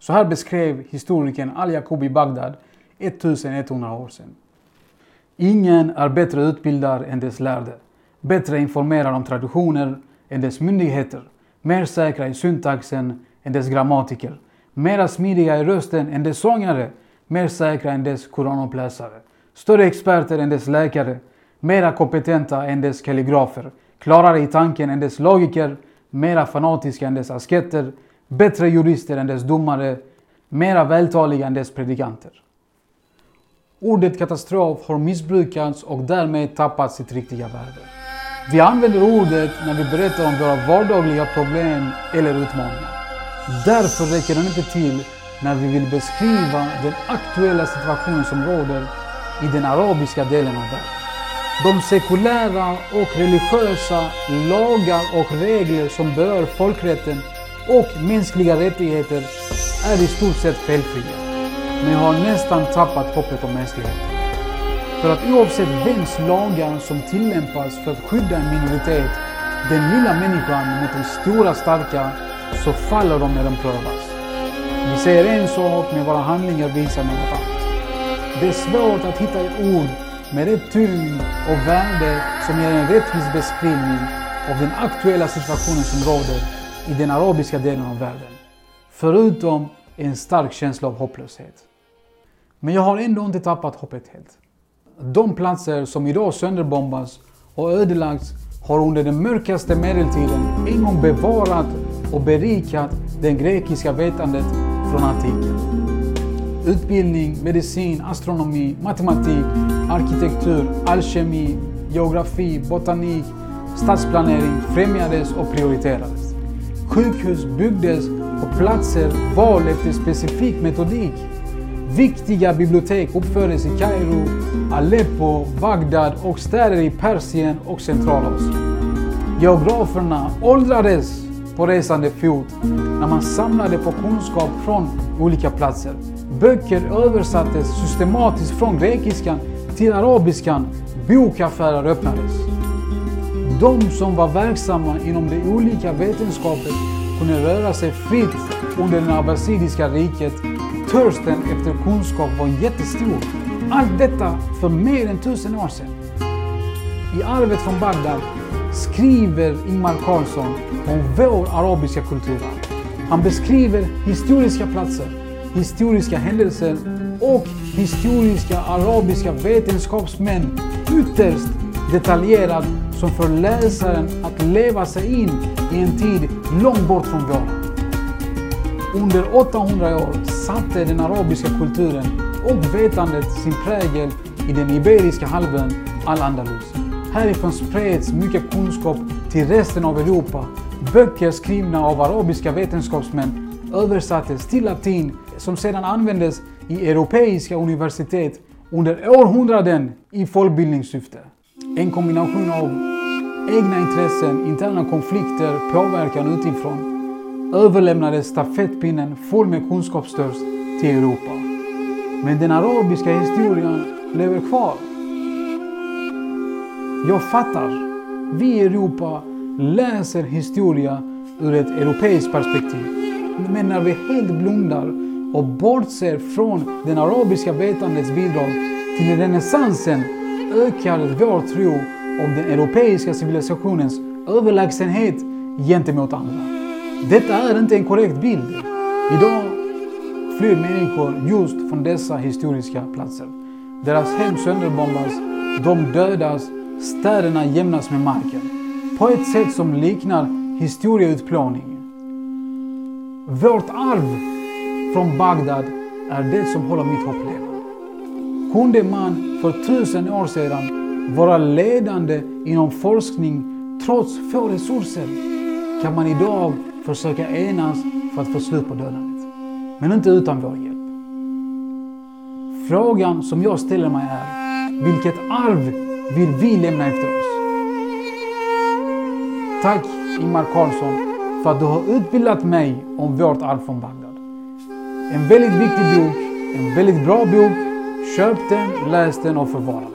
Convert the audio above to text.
Så här beskrev historikern Al-Yaqub i Bagdad 1100 år sedan. Ingen är bättre utbildad än dess lärde, bättre informerad om traditioner än dess myndigheter, mer säkra i syntaxen än dess grammatiker, mera smidiga i rösten än dess sångare, mer säkra än dess koranuppläsare, större experter än dess läkare, mera kompetenta än dess kalligrafer, klarare i tanken än dess logiker, mera fanatiska än dess asketer, bättre jurister än dess domare, mera vältaliga än dess predikanter. Ordet katastrof har missbrukats och därmed tappat sitt riktiga värde. Vi använder ordet när vi berättar om våra vardagliga problem eller utmaningar. Därför räcker den inte till när vi vill beskriva den aktuella situationen som råder i den arabiska delen av världen. De sekulära och religiösa lagar och regler som berör folkrätten och mänskliga rättigheter är i stort sett felfria, men har nästan tappat hoppet om mänskligheten. För att oavsett vems lagar som tillämpas för att skydda en minoritet, den lilla människan mot den stora starka, så faller de när de prövas. Vi säger en sak, men våra handlingar visar något annat. Det är svårt att hitta ett ord med rätt tyngd och värde som ger en rättvis beskrivning av den aktuella situationen som råder i den arabiska delen av världen. Förutom en stark känsla av hopplöshet. Men jag har ändå inte tappat hoppet helt. De platser som idag sönderbombas och ödelagts har under den mörkaste medeltiden en gång bevarat och berikat det grekiska vetandet från antiken. Utbildning, medicin, astronomi, matematik, arkitektur, alkemi, geografi, botanik, stadsplanering främjades och prioriterades. Sjukhus byggdes på platser val efter specifik metodik. Viktiga bibliotek uppfördes i Kairo, Aleppo, Bagdad och städer i Persien och Centralasien. Geograferna åldrades på resande fot när man samlade på kunskap från olika platser. Böcker översattes systematiskt från grekiskan till arabiskan. Bokaffärer öppnades. De som var verksamma inom de olika vetenskaper kunde röra sig fritt under det abbasidiska riket. Törsten efter kunskap var jättestor. Allt detta för mer än 1000 år sedan. I arvet från Bagdad skriver Ingmar Carlsson om vår arabiska kultur. Han beskriver historiska platser, historiska händelser och historiska arabiska vetenskapsmän ytterst detaljerat som för läsaren att leva sig in i en tid långt bort från vår. Under 800 år satte den arabiska kulturen och vetandet sin prägel i den iberiska halvön Al-Andalus. Härifrån spreds mycket kunskap till resten av Europa. Böcker skrivna av arabiska vetenskapsmän översattes till latin som sedan användes i europeiska universitet under århundraden i folkbildningssyfte. En kombination av egna intressen, interna konflikter, påverkan utifrån överlämnade stafettpinnen full med kunskapstörst till Europa. Men den arabiska historien lever kvar. Jag fattar. Vi i Europa läser historia ur ett europeiskt perspektiv. Men när vi helt blundar och bortser från den arabiska vetandets bidrag till renässansen ökar vår tro om den europeiska civilisationens överlägsenhet gentemot andra. Detta är inte en korrekt bild. Idag flyr människor just från dessa historiska platser. Deras hem sönderbombas, de dödas, städerna jämnas med marken. På ett sätt som liknar historieutplåning. Vårt arv från Bagdad är det som håller mitt hopp levande. Kunde man för 1000 år sedan vara ledande inom forskning trots få resurser, kan man idag försöka enas för att få slut på dödandet. Men inte utan vår hjälp. Frågan som jag ställer mig är: vilket arv vill vi lämna efter oss? Tack Ingmar Carlsson för att du har utbildat mig om vårt arv från Bagdad. En väldigt viktig bok, en väldigt bra bok. Köp den, läs den och förvara den.